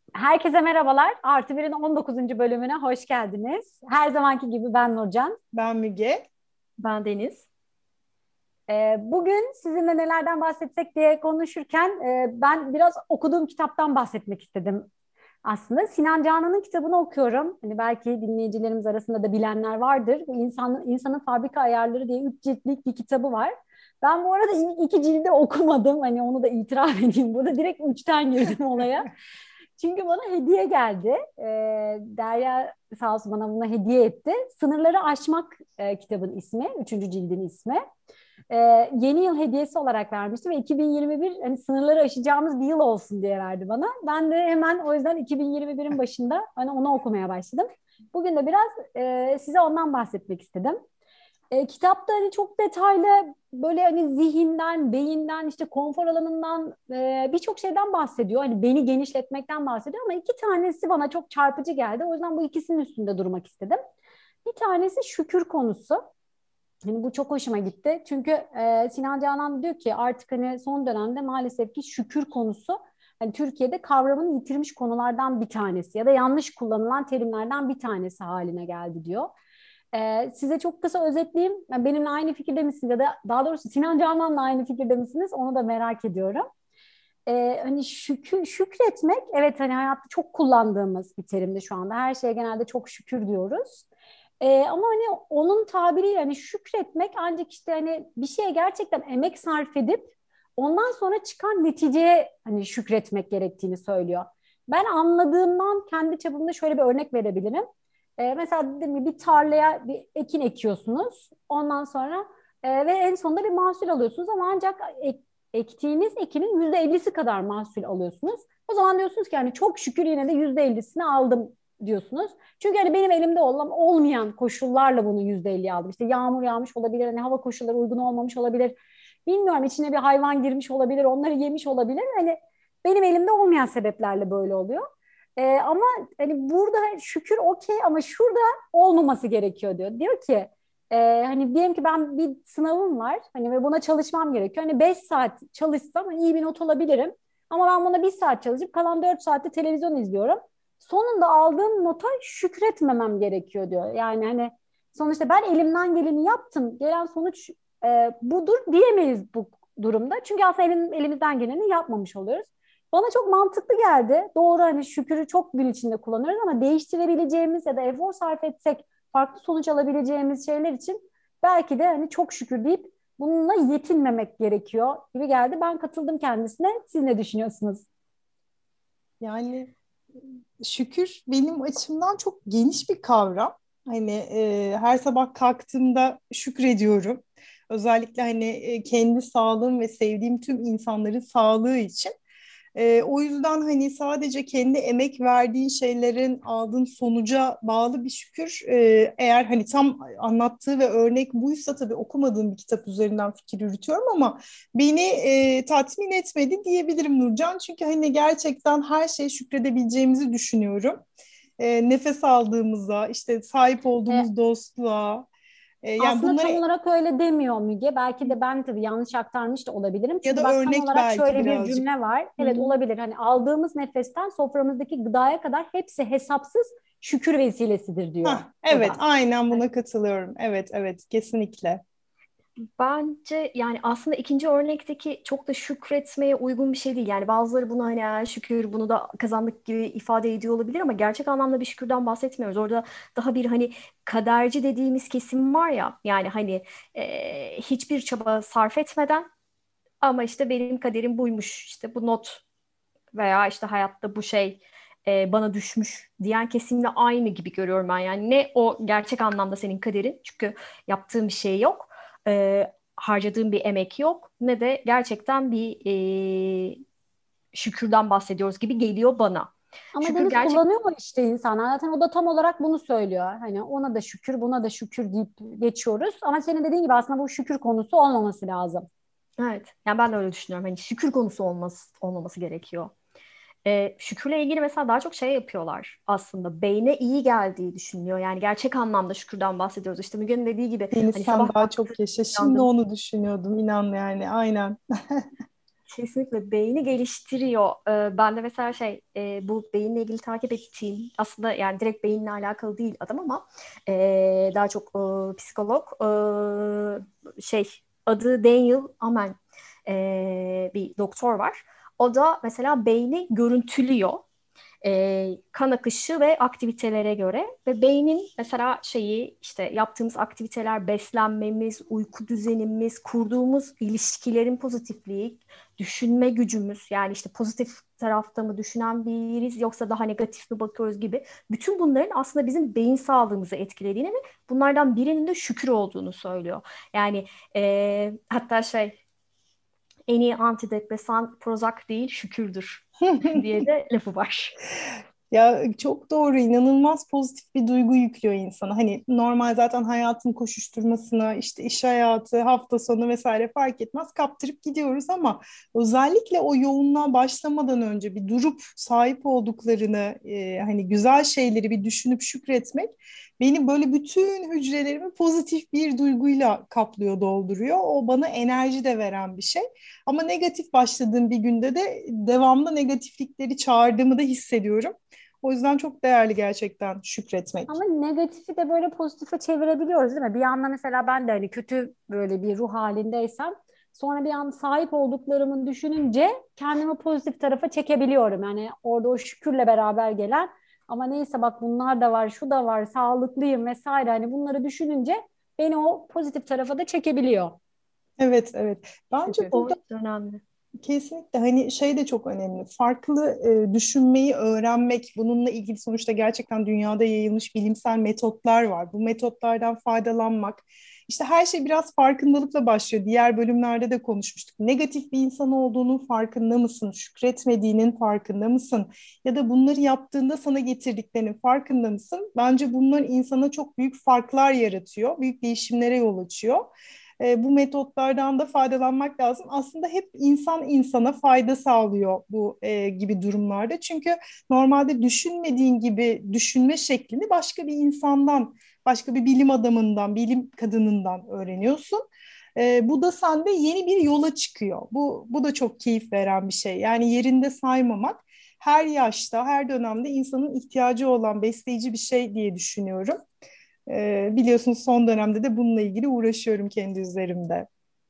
Herkese merhabalar. Artı bir'in 19. bölümüne hoş geldiniz. Her zamanki gibi ben Nurcan. Ben Müge. Ben Deniz. Bugün sizinle nelerden bahsetsek diye konuşurken ben biraz okuduğum kitaptan bahsetmek istedim. Aslında Sinan Canan'ın kitabını okuyorum. Hani belki dinleyicilerimiz arasında da bilenler vardır. Bu İnsanın Fabrika Ayarları diye 3 ciltlik bir kitabı var. Ben bu arada ilk 2 cildi okumadım. Hani onu da itiraf edeyim burada. Direkt üçten girdim olaya. Çünkü bana hediye geldi. Derya sağ olsun bana bunu hediye etti. Sınırları Aşmak kitabın ismi. 3. cildin ismi. Ee, Yeni yıl hediyesi olarak vermişti ve 2021 hani sınırları aşacağımız bir yıl olsun diye verdi bana. Ben de hemen o yüzden 2021'in başında hani onu okumaya başladım. Bugün de biraz size ondan bahsetmek istedim. Kitapta hani çok detaylı böyle hani zihinden, beyinden, işte konfor alanından birçok şeyden bahsediyor. Hani beni genişletmekten bahsediyor ama iki tanesi bana çok çarpıcı geldi. O yüzden bu ikisinin üstünde durmak istedim. Bir tanesi şükür konusu. Hani bu çok hoşuma gitti. Çünkü Sinan Canan diyor ki artık hani son dönemde maalesef ki şükür konusu hani Türkiye'de kavramını yitirmiş konulardan bir tanesi ya da yanlış kullanılan terimlerden bir tanesi haline geldi diyor. Size çok kısa özetleyeyim. Yani benimle aynı fikirde misiniz ya da daha doğrusu Sinan Canan'la aynı fikirde misiniz? Onu da merak ediyorum. Hani şükretmek evet hani hayatta çok kullandığımız bir terimde şu anda. Her şeye genelde çok şükür diyoruz. Ama hani onun tabiriyle hani şükretmek ancak işte hani bir şeye gerçekten emek sarf edip ondan sonra çıkan neticeye hani şükretmek gerektiğini söylüyor. Ben anladığımdan kendi çapımda şöyle bir örnek verebilirim. Mesela dedim ki bir tarlaya bir ekin ekiyorsunuz. Ondan sonra ve en sonunda bir mahsul alıyorsunuz ama ancak ektiğiniz ekinin %50'si kadar mahsul alıyorsunuz. O zaman diyorsunuz ki yani çok şükür yine de %50'sini aldım diyorsunuz. Çünkü hani benim elimde olan olmayan koşullarla bunu %50 aldım. İşte yağmur yağmış olabilir, hani hava koşulları uygun olmamış olabilir. Bilmiyorum içine bir hayvan girmiş olabilir, onları yemiş olabilir. Hani benim elimde olmayan sebeplerle böyle oluyor. Ama hani burada şükür okey ama şurada olmaması gerekiyor diyor. Diyor ki hani diyelim ki ben bir sınavım var hani ve buna çalışmam gerekiyor. Hani 5 saat çalışsam hani iyi bir not alabilirim. Ama ben buna 1 saat çalışıp kalan 4 saatte televizyon izliyorum. Sonunda aldığım nota şükretmemem gerekiyor diyor. Yani hani sonuçta ben elimden geleni yaptım. Gelen sonuç budur diyemeyiz bu durumda. Çünkü aslında elimizden geleni yapmamış oluyoruz. Bana çok mantıklı geldi. Doğru hani şükürü çok gün içinde kullanıyoruz ama değiştirebileceğimiz ya da efor sarf etsek farklı sonuç alabileceğimiz şeyler için belki de hani çok şükür deyip bununla yetinmemek gerekiyor gibi geldi. Ben katıldım kendisine. Siz ne düşünüyorsunuz? Yani şükür benim açımdan çok geniş bir kavram. Hani her sabah kalktığımda şükrediyorum. Özellikle hani kendi sağlığım ve sevdiğim tüm insanların sağlığı için. O yüzden hani sadece kendi emek verdiğin şeylerin aldığın sonuca bağlı bir şükür. Eğer hani tam anlattığı ve örnek buysa tabii okumadığım bir kitap üzerinden fikir yürütüyorum ama beni tatmin etmedi diyebilirim Nurcan. Çünkü hani gerçekten her şeye şükredebileceğimizi düşünüyorum. Nefes aldığımıza, işte sahip E, olduğumuz dostluğa, yani Aslında tam bunları olarak öyle demiyor Müge. Belki de ben tabii yanlış aktarmış da olabilirim. ya Çünkü da bak tam örnek olarak belki şöyle bir birazcık. cümle var. Hı Evet hı. olabilir. Hani aldığımız nefesten soframızdaki gıdaya kadar hepsi hesapsız şükür vesilesidir diyor Hah, o evet, da. aynen buna katılıyorum. Evet, evet, kesinlikle. Bence yani aslında ikinci örnekteki çok da şükretmeye uygun bir şey değil. Yani bazıları bunu hani "Aa, şükür bunu da kazandık" gibi ifade ediyor olabilir ama gerçek anlamda bir şükürden bahsetmiyoruz. Orada daha bir hani kaderci dediğimiz kesim var ya, yani hani hiçbir çaba sarf etmeden ama işte benim kaderim buymuş, işte bu not veya işte hayatta bu şey bana düşmüş diyen kesimle aynı gibi görüyorum ben. Yani ne o gerçek anlamda senin kaderin, çünkü yaptığın bir şey yok, harcadığın bir emek yok, ne de gerçekten bir şükürden bahsediyoruz gibi geliyor bana. Ama Şükür Deniz gerçek kullanıyor mu işte insanlar? Zaten o da tam olarak bunu söylüyor. Hani ona da şükür, buna da şükür deyip geçiyoruz. Ama senin dediğin gibi aslında bu şükür konusu olmaması lazım. Evet, yani ben de öyle düşünüyorum. Hani şükür konusu olmaması gerekiyor. Şükürle ilgili mesela daha çok şey yapıyorlar aslında. Beyne iyi geldiği düşünülüyor. Yani gerçek anlamda şükürden bahsediyoruz. İşte Müge'nin dediği gibi Deniz hani sen sabah daha kalktım, çok yaşa. Şimdi uyandım. onu düşünüyordum inan yani aynen. Kesinlikle beyni geliştiriyor. Ben de mesela bu beyinle ilgili takip ettiğim, aslında yani direkt beyinle alakalı değil adam ama daha çok psikolog, adı Daniel Amen, bir doktor var. O da mesela beyni görüntülüyor. Kan akışı ve aktivitelere göre ve beynin mesela işte yaptığımız aktiviteler, beslenmemiz, uyku düzenimiz, kurduğumuz ilişkilerin pozitifliği, düşünme gücümüz, yani işte pozitif tarafta mı düşünen biriz yoksa daha negatif mi bakıyoruz gibi, bütün bunların aslında bizim beyin sağlığımızı etkilediğini ve bunlardan birinin de şükür olduğunu söylüyor. Yani hatta en iyi antidepresan Prozac değil şükürdür diye de lafı var. Ya çok doğru, inanılmaz pozitif bir duygu yüklüyor insana. Hani normal zaten hayatın koşuşturmasına, işte iş hayatı, hafta sonu vesaire fark etmez, kaptırıp gidiyoruz ama özellikle o yoğunluğa başlamadan önce bir durup sahip olduklarını, hani güzel şeyleri bir düşünüp şükretmek beni böyle bütün hücrelerimi pozitif bir duyguyla kaplıyor, dolduruyor. O bana enerji de veren bir şey. Ama negatif başladığım bir günde de devamlı negatiflikleri çağırdığımı da hissediyorum. O yüzden çok değerli gerçekten şükretmek. Ama negatifi de böyle pozitife çevirebiliyoruz değil mi? Bir anda mesela ben de hani kötü böyle bir ruh halindeysem sonra bir an sahip olduklarımı düşününce kendimi pozitif tarafa çekebiliyorum. Yani orada o şükürle beraber gelen ama neyse bak bunlar da var, şu da var, sağlıklıyım vesaire, hani bunları düşününce beni o pozitif tarafa da çekebiliyor. Evet, evet. Bence Şükür. O burada önemli. kesinlikle hani şey de çok önemli. Farklı düşünmeyi öğrenmek, bununla ilgili sonuçta gerçekten dünyada yayılmış bilimsel metotlar var. Bu metotlardan faydalanmak. İşte her şey biraz farkındalıkla başlıyor. Diğer bölümlerde de konuşmuştuk. Negatif bir insan olduğunun farkında mısın? Şükretmediğinin farkında mısın? Ya da bunları yaptığında sana getirdiklerinin farkında mısın? Bence bunlar insana çok büyük farklar yaratıyor. Büyük değişimlere yol açıyor. Bu metotlardan da faydalanmak lazım. Aslında hep insan insana fayda sağlıyor bu gibi durumlarda. Çünkü normalde düşünmediğin gibi düşünme şeklini başka bir insandan, başka bir bilim adamından, bilim kadınından öğreniyorsun. Bu da sende yeni bir yola çıkıyor. Bu da çok keyif veren bir şey. Yani yerinde saymamak her yaşta, her dönemde insanın ihtiyacı olan besleyici bir şey diye düşünüyorum. Biliyorsunuz son dönemde de bununla ilgili uğraşıyorum kendi üzerimde.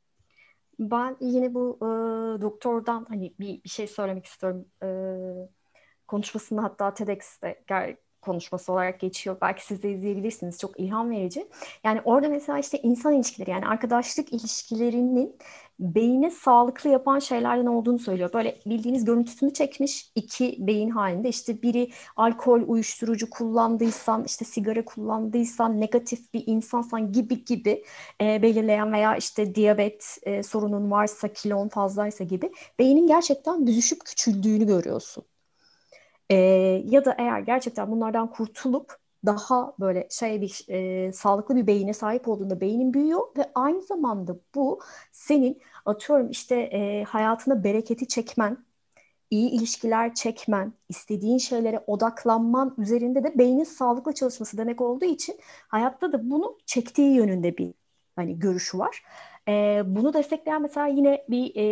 Ben yine bu doktordan hani bir şey söylemek istiyorum. Konuşmasında hatta TEDx'te konuşması olarak geçiyor. Belki siz de izleyebilirsiniz. Çok ilham verici. Yani orada mesela işte insan ilişkileri, yani arkadaşlık ilişkilerinin beyni sağlıklı yapan şeylerden olduğunu söylüyor. Böyle bildiğiniz görüntüsünü çekmiş iki beyin halinde. İşte biri alkol, uyuşturucu kullandıysan, işte sigara kullandıysan, negatif bir insansan gibi gibi belirleyen veya işte diyabet sorunun varsa, kilon fazlaysa gibi beynin gerçekten büzüşüp küçüldüğünü görüyorsun. Ee, Ya da eğer gerçekten bunlardan kurtulup daha böyle sağlıklı bir beyine sahip olduğunda beynin büyüyor ve aynı zamanda bu senin atıyorum işte hayatına bereketi çekmen, iyi ilişkiler çekmen, istediğin şeylere odaklanman üzerinde de beynin sağlıklı çalışması demek olduğu için hayatta da bunu çektiği yönünde bir hani görüşü var. Bunu destekleyen mesela yine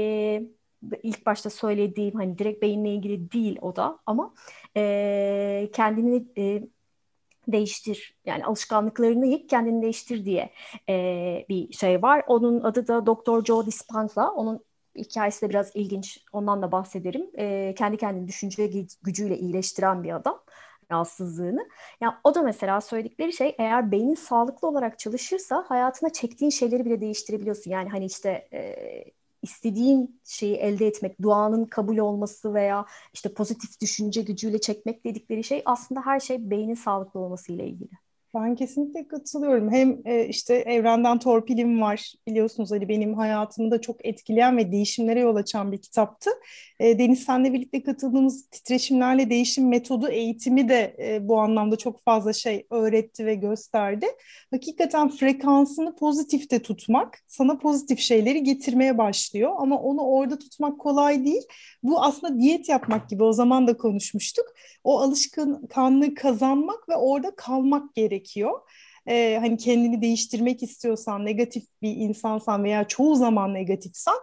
ilk başta söylediğim hani direkt beyinle ilgili değil o da ama kendini değiştir, yani alışkanlıklarını yık kendini değiştir diye bir şey var. Onun adı da Doktor Joe Dispenza. Onun hikayesi de biraz ilginç. Ondan da bahsederim. Kendi kendini düşünce gücüyle iyileştiren bir adam rahatsızlığını. Yani o da mesela söyledikleri şey, eğer beynin sağlıklı olarak çalışırsa hayatına çektiğin şeyleri bile değiştirebiliyorsun. Yani hani işte istediğin şeyi elde etmek, duanın kabul olması veya işte pozitif düşünce gücüyle çekmek dedikleri şey aslında her şey beynin sağlıklı olması ile ilgili. Ben kesinlikle katılıyorum. Hem işte Evrenden Torpilim var. Biliyorsunuz hani benim hayatımı da çok etkileyen ve değişimlere yol açan bir kitaptı. Deniz senle birlikte katıldığımız titreşimlerle değişim metodu eğitimi de bu anlamda çok fazla şey öğretti ve gösterdi. Hakikaten frekansını pozitifte tutmak sana pozitif şeyleri getirmeye başlıyor. Ama onu orada tutmak kolay değil. Bu aslında diyet yapmak gibi, o zaman da konuşmuştuk. O alışkanlığı kazanmak ve orada kalmak gerekiyor. Hani kendini değiştirmek istiyorsan, negatif bir insansan veya çoğu zaman negatifsen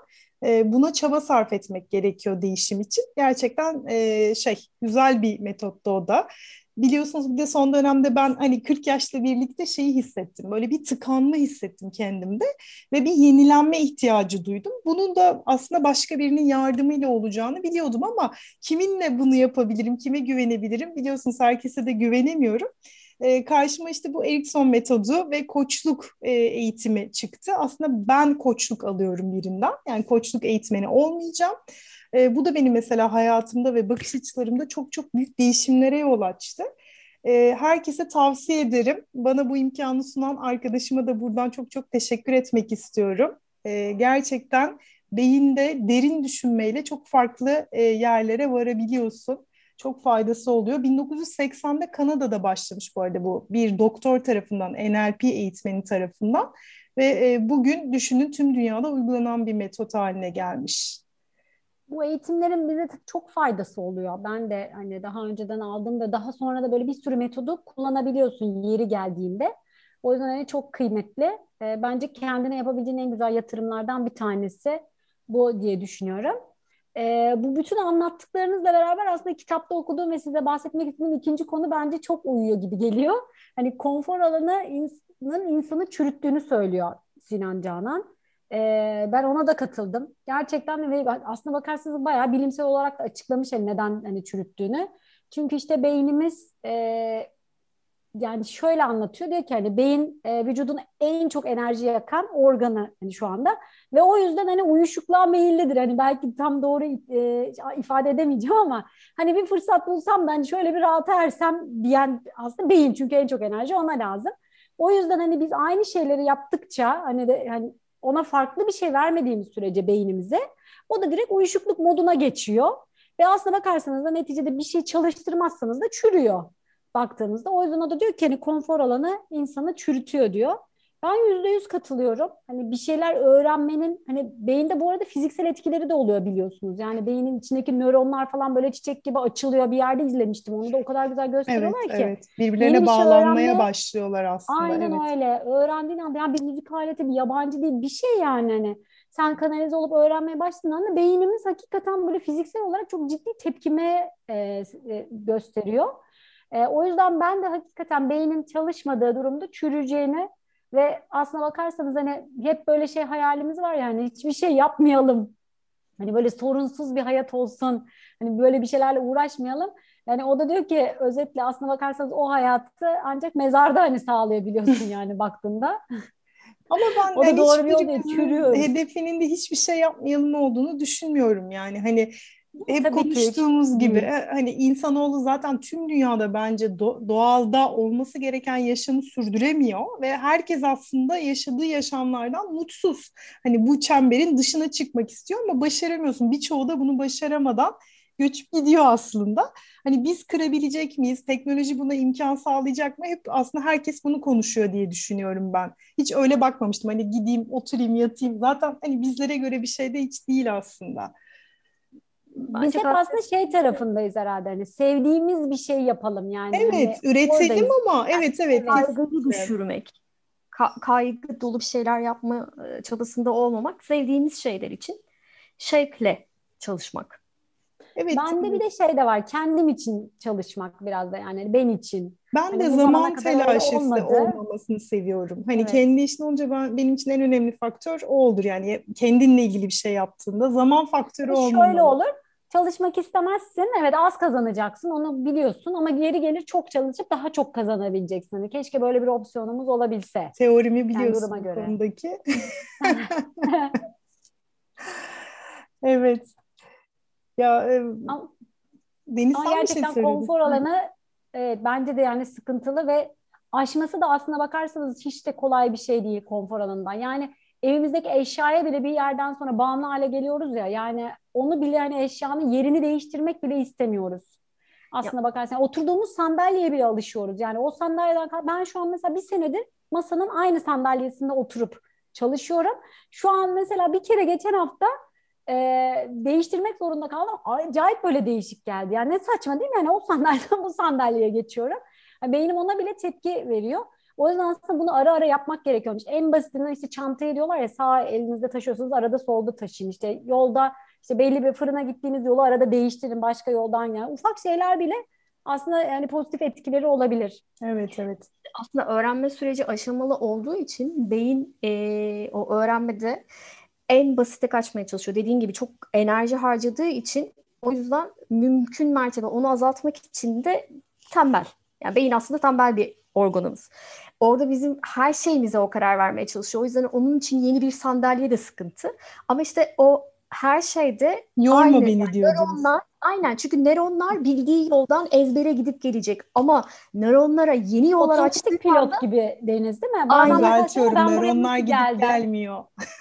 Buna çaba sarf etmek gerekiyor değişim için. Gerçekten güzel bir metotta o da. Biliyorsunuz bir de son dönemde ben hani 40 yaşla birlikte şeyi hissettim. Böyle bir tıkanma hissettim kendimde ve bir yenilenme ihtiyacı duydum. Bunun da aslında başka birinin yardımıyla olacağını biliyordum ama kiminle bunu yapabilirim, kime güvenebilirim? Biliyorsunuz herkese de güvenemiyorum. Karşıma işte bu Erikson metodu ve koçluk eğitimi çıktı. Aslında ben koçluk alıyorum birinden. Yani koçluk eğitmeni olmayacağım. Bu da benim mesela hayatımda ve bakış açılarımda çok çok büyük değişimlere yol açtı. Herkese tavsiye ederim. Bana bu imkanı sunan arkadaşıma da buradan çok çok teşekkür etmek istiyorum. Gerçekten beyinde derin düşünmeyle çok farklı yerlere varabiliyorsun. Çok faydası oluyor. 1980'de Kanada'da başlamış bu arada bu bir doktor tarafından, NLP eğitmeni tarafından ve bugün düşünün tüm dünyada uygulanan bir metot haline gelmiş. Bu eğitimlerin bize çok faydası oluyor. Ben de hani daha önceden aldım da daha sonra da böyle bir sürü metodu kullanabiliyorsun yeri geldiğinde. O yüzden hani çok kıymetli. Bence kendine yapabildiğin en güzel yatırımlardan bir tanesi bu diye düşünüyorum. Bu bütün anlattıklarınızla beraber aslında kitapta okuduğum ve size bahsetmek istediğim ikinci konu bence çok uyuyor gibi geliyor. Hani konfor alanı insanı çürüttüğünü söylüyor Sinan Canan. Ben ona da katıldım. Gerçekten ve aslına bakarsanız bayağı bilimsel olarak da açıklamış hani neden hani çürüttüğünü. Çünkü işte beynimiz yani şöyle anlatıyor diyor ki hani beyin vücudun en çok enerji yakan organı hani şu anda ve o yüzden hani uyuşukluğa meyillidir. Hani belki tam doğru ifade edemeyeceğim ama hani bir fırsat bulsam ben şöyle bir rahata ersem diyen aslında beyin çünkü en çok enerji ona lazım. O yüzden hani biz aynı şeyleri yaptıkça hani de hani ona farklı bir şey vermediğimiz sürece beynimize o da direkt uyuşukluk moduna geçiyor. Ve aslına bakarsanız da neticede bir şey çalıştırmazsanız da çürüyor baktığımızda. O yüzden o da diyor ki hani konfor alanı insanı çürütüyor diyor. Ben %100 katılıyorum. Hani bir şeyler öğrenmenin hani beyinde bu arada fiziksel etkileri de oluyor biliyorsunuz. Yani beynin içindeki nöronlar falan böyle çiçek gibi açılıyor. Bir yerde izlemiştim. Onu da o kadar güzel Evet, gösteriyorlar ki. evet. Yeni Birbirlerine bir şey bağlanmaya öğrenmeye başlıyorlar aslında. aynen Evet. öyle. Öğrendiğin anda yani bir müzik aleti bir yabancı değil bir şey yani hani. Sen kanalize olup öğrenmeye başladığın anda beynimiz hakikaten böyle fiziksel olarak çok ciddi tepkime gösteriyor. O yüzden ben de hakikaten beynin çalışmadığı durumda çürüyeceğini ve aslına bakarsanız hani hep böyle şey hayalimiz var yani hiçbir şey yapmayalım. Hani böyle sorunsuz bir hayat olsun. Hani böyle bir şeylerle uğraşmayalım. Yani o da diyor ki özetle aslına bakarsanız o hayatı ancak mezarda hani sağlayabiliyorsun yani baktığında. Ama ben O da doğru bir yol değil. hiçbirimizin Çürüyoruz. hedefinin de hiçbir şey yapmayalım olduğunu düşünmüyorum yani. Hani hep Tabii ki hiç konuştuğumuz gibi değil. hani insanoğlu zaten tüm dünyada bence doğalda olması gereken yaşamı sürdüremiyor ve herkes aslında yaşadığı yaşamlardan mutsuz. Hani bu çemberin dışına çıkmak istiyor ama başaramıyorsun. Birçoğu da bunu başaramadan göçüp gidiyor aslında. Hani biz kırabilecek miyiz? Teknoloji buna imkan sağlayacak mı? Hep aslında herkes bunu konuşuyor diye düşünüyorum ben. Hiç öyle bakmamıştım. Hani gideyim, oturayım, yatayım. Zaten hani bizlere göre bir şey de hiç değil aslında. Biz Bence hep aslında şey tarafındayız herhalde. Hani sevdiğimiz bir şey yapalım yani. Evet, Hani üretelim oradayız. ama evet evet Evet. kaygıyı kesinlikle. düşürmek, kaygı dolu bir şeyler yapma çabasında olmamak, sevdiğimiz şeyler için şevkle çalışmak. Evet, Bende bir de şey de var. Kendim için çalışmak biraz da yani ben için. ben de Hani bu zamana zaman kadar öyle telaşesi olmadı. olmamasını seviyorum. Hani Evet. kendi işin olunca benim için en önemli faktör o olur. Yani kendinle ilgili bir şey yaptığında zaman faktörü Ve şöyle olmamalı. olur. Çalışmak istemezsin. Evet az kazanacaksın. Onu biliyorsun ama geri gelir çok çalışıp daha çok kazanabileceksin. Hani keşke böyle bir opsiyonumuz olabilse. Teorimi Yani biliyorsun duruma bu göre. konudaki. Evet. Ya Ama, Deniz ama sen bir şey gerçekten söyledin. konfor alanı evet, bence de yani sıkıntılı ve aşması da aslına bakarsanız hiç de kolay bir şey değil konfor alanından. Yani evimizdeki eşyaya bile bir yerden sonra bağımlı hale geliyoruz ya. Yani onu bile hani eşyanın yerini değiştirmek bile istemiyoruz. Ya, Aslına bakarsan oturduğumuz sandalyeye bile alışıyoruz. Yani o sandalyeden ben şu an mesela bir senedir masanın aynı sandalyesinde oturup çalışıyorum. Şu an mesela bir kere geçen hafta değiştirmek zorunda kaldım. Acayip böyle değişik geldi. Yani ne saçma değil mi? Yani o sandalyeden bu sandalyeye geçiyorum. Yani beynim ona bile tepki veriyor. O yüzden aslında bunu ara ara yapmak gerekiyormuş. En basitinden işte çantayı diyorlar ya, sağ elinizde taşıyorsunuz, arada solda taşıyın. İşte yolda işte belli bir fırına gittiğiniz yolu arada değiştirin, başka yoldan yani. Ufak şeyler bile aslında yani pozitif etkileri olabilir. Evet, evet. Aslında öğrenme süreci aşamalı olduğu için beyin o öğrenmede en basite kaçmaya çalışıyor. Dediğin gibi çok enerji harcadığı için, o yüzden mümkün mertebe onu azaltmak için de tembel. Yani beyin aslında tembel bir organımız. Orada bizim her şeyimize o karar vermeye çalışıyor. O yüzden onun için yeni bir sandalye de sıkıntı. Ama işte o her şeyde aynı. Yorma beni Yani diyordunuz. nöronlar, aynen, çünkü nöronlar bildiği yoldan ezbere gidip gelecek. Ama nöronlara yeni yollar açtığı Otomatik pilot gibi Deniz, değil mi? Bazen aynen. mesela şey, Düzeltiyorum. ben buraya Nöronlar nasıl gidip geldim? gelmiyor.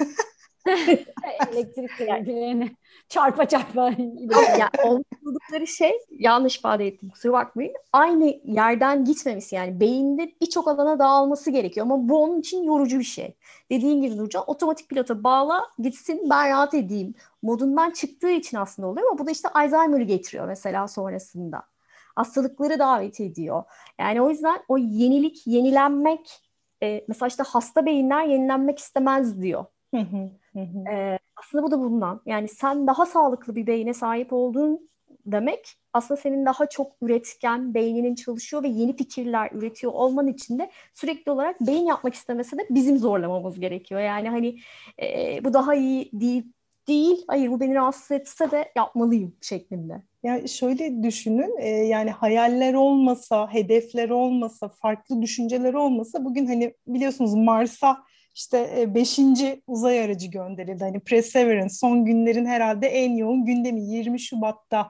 Elektrik birbirlerini çarpa çarpa Ama iletiyor. yani oluşturdukları şey, yanlış ifade ettim kusura bakmayın, aynı yerden gitmemesi, yani beyinde birçok alana dağılması gerekiyor ama bu onun için yorucu bir şey. Dediğin gibi Nurcan, otomatik pilota bağla gitsin, ben rahat edeyim modundan çıktığı için aslında oluyor, ama bu da işte Alzheimer'ı getiriyor mesela sonrasında. Hastalıkları davet ediyor. Yani o yüzden o yenilik, yenilenmek, mesela işte hasta beyinler yenilenmek istemez diyor. Hı hı, hı hı. Aslında bu da bundan. Yani sen daha sağlıklı bir beyine sahip olduğun demek, aslında senin daha çok üretken beyninin çalışıyor ve yeni fikirler üretiyor olman için de sürekli olarak beyin yapmak istemese de bizim zorlamamız gerekiyor. Yani hani bu daha iyi değil, hayır bu beni rahatsız etse de yapmalıyım şeklinde. Ya şöyle düşünün, yani hayaller olmasa, hedefler olmasa, farklı düşünceler olmasa bugün hani biliyorsunuz Mars'a işte 5. uzay aracı gönderildi. Hani Perseverance son günlerin herhalde en yoğun gündemi 20 Şubat'ta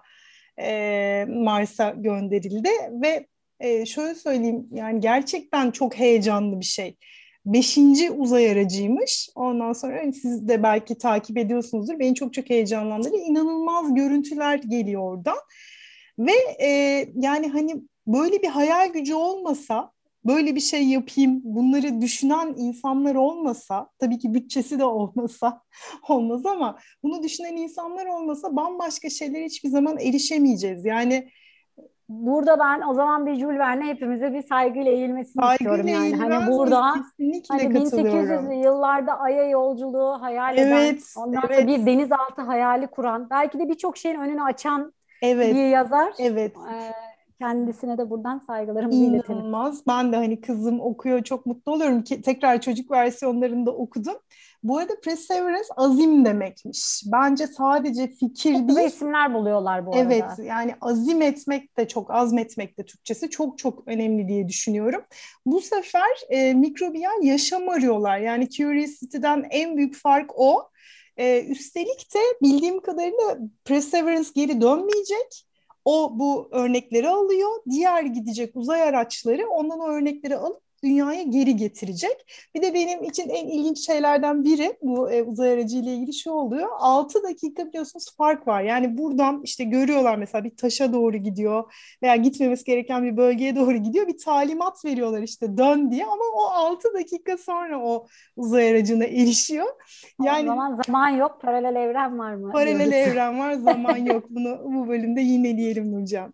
Mars'a gönderildi ve şöyle söyleyeyim, yani gerçekten çok heyecanlı bir şey. 5. uzay aracıymış. Ondan sonra hani siz de belki takip ediyorsunuzdur. Beni çok çok heyecanlandırdı. İnanılmaz görüntüler geliyor oradan. Ve yani hani böyle bir hayal gücü olmasa, böyle bir şey yapayım, bunları düşünen insanlar olmasa, tabii ki bütçesi de olmasa olmaz, ama bunu düşünen insanlar olmasa bambaşka şeylere hiçbir zaman erişemeyeceğiz. Yani Burada ben o zaman bir Jules Verne'e hepimize bir saygıyla eğilmesini istiyorum saygıyla yani. Hani eğilmez miyiz? burada Kesinlikle hani 1800'lü katılıyorum. yıllarda Ay'a yolculuğu hayal eden, Evet, ondan sonra evet, bir denizaltı hayali kuran, belki de birçok şeyin önünü açan evet, bir yazar. evet. Kendisine de buradan saygılarımızı iletelim. İnanılmaz. Ben de hani kızım okuyor, çok mutlu oluyorum ki tekrar çocuk versiyonlarını da okudum. Bu arada Perseverance azim demekmiş. Bence sadece fikir Çok güzel değil. isimler buluyorlar bu Evet, arada. yani azim etmek de, çok azmetmek de Türkçesi çok çok önemli diye düşünüyorum. Bu sefer mikrobiyal yaşam arıyorlar. Yani Curiosity'den en büyük fark o. Üstelik de bildiğim kadarıyla Perseverance geri dönmeyecek. O bu örnekleri alıyor. Diğer gidecek uzay araçları ondan o örnekleri alıp dünyaya geri getirecek. Bir de benim için en ilginç şeylerden biri bu uzay aracı ile ilgili şu oluyor. 6 dakika biliyorsunuz fark var. Yani buradan işte görüyorlar, mesela bir taşa doğru gidiyor veya gitmemesi gereken bir bölgeye doğru gidiyor. Bir talimat veriyorlar işte dön diye, ama o 6 dakika sonra o uzay aracına erişiyor. O Yani zaman zaman yok, paralel evren var mı paralel diyoruz. evren var, zaman yok. Bunu bu bölümde yineleyelim Nurcan.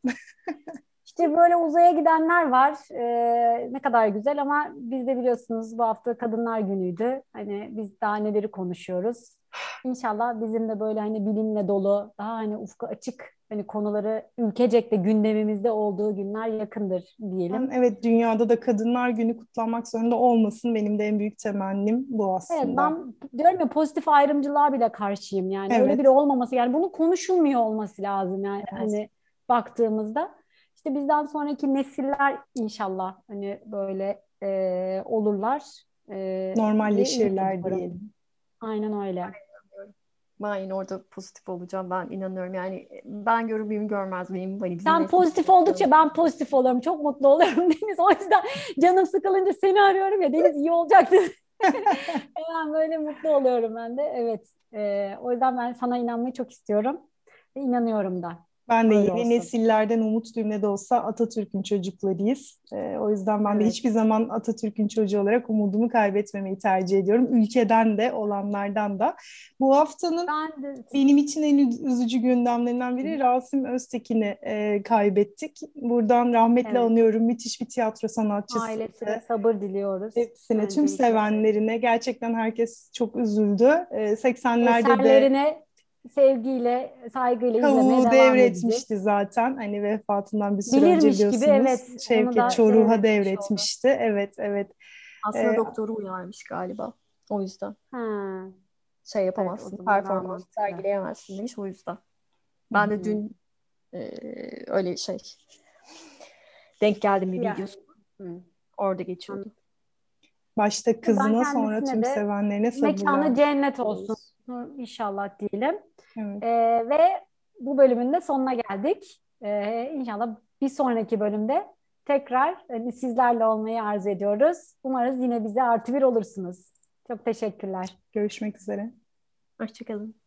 İşte böyle uzaya gidenler var. Ne kadar güzel, ama biz de biliyorsunuz bu hafta Kadınlar Günü'ydü. Hani biz daha neleri konuşuyoruz. İnşallah bizim de böyle hani bilimle dolu, daha hani ufku açık hani konuları ülkecek de gündemimizde olduğu günler yakındır diyelim. Evet, dünyada da Kadınlar Günü kutlanmak zorunda olmasın. Benim de en büyük temennim bu Evet, aslında. ben diyorum ya, pozitif ayrımcılığa bile karşıyım yani. Öyle bile Evet, olmaması, yani bunun konuşulmuyor olması lazım yani evet. hani baktığımızda. İşte bizden sonraki nesiller inşallah hani böyle olurlar diye ümit Normalleşirler ediyorum. diyelim. Aynen öyle. Ben yine orada pozitif olacağım, ben inanıyorum. Yani ben görür müyüm görmez miyim, hani bizim Sen neslimiz. pozitif oldukça ben pozitif oluyorum. Çok mutlu oluyorum Deniz. O yüzden canım sıkılınca seni arıyorum ya, Deniz iyi olacaktı. Hemen böyle mutlu oluyorum ben de. Evet. O yüzden ben sana inanmayı çok istiyorum. Ve inanıyorum da. Ben de Öyle yeni olsun. nesillerden umutluyum, ne de olsa Atatürk'ün çocuklarıyız. O yüzden ben de Evet. hiçbir zaman Atatürk'ün çocuğu olarak umudumu kaybetmemeyi tercih ediyorum. Ülkeden de, olanlardan da. Bu haftanın Ben de benim için en üzücü gündemlerinden biri, Rasim Öztekin'i kaybettik. Buradan rahmetle evet, anıyorum. Müthiş bir tiyatro sanatçısı. ailesine sabır diliyoruz Hepsine, tüm öncelikle. sevenlerine, gerçekten herkes çok üzüldü. 80'lerde de Eserlerini sevgiyle, saygıyla izlemeye Kavuğu devam devretmişti edeceğiz. zaten. Hani vefatından bir süre önce Bilirmiş gibi, biliyorsunuz evet, onu Şevket da Çoruh'a devretmiş oldu. devretmişti. Evet, evet. Aslında Ee, doktoru uyarmış galiba. O yüzden Ha, şey evet, o yapamazsın, zaman daha performans mantıklı. sergileyemezsin demiş o yüzden. hı Ben de hı. dün öyle şey denk geldim bir Ya, videosu. hı, Orada geçiyordu. anladım. Başta Ben kızına, sonra kendisine tüm de sevenlerine mekanı sabırlar cennet olsun diliyoruz. inşallah diyelim. Evet. Ve bu bölümün de sonuna geldik. İnşallah bir sonraki bölümde tekrar hani, sizlerle olmayı arzu ediyoruz. Umarız yine bize +1 olursunuz. Çok teşekkürler. Görüşmek üzere. Hoşçakalın.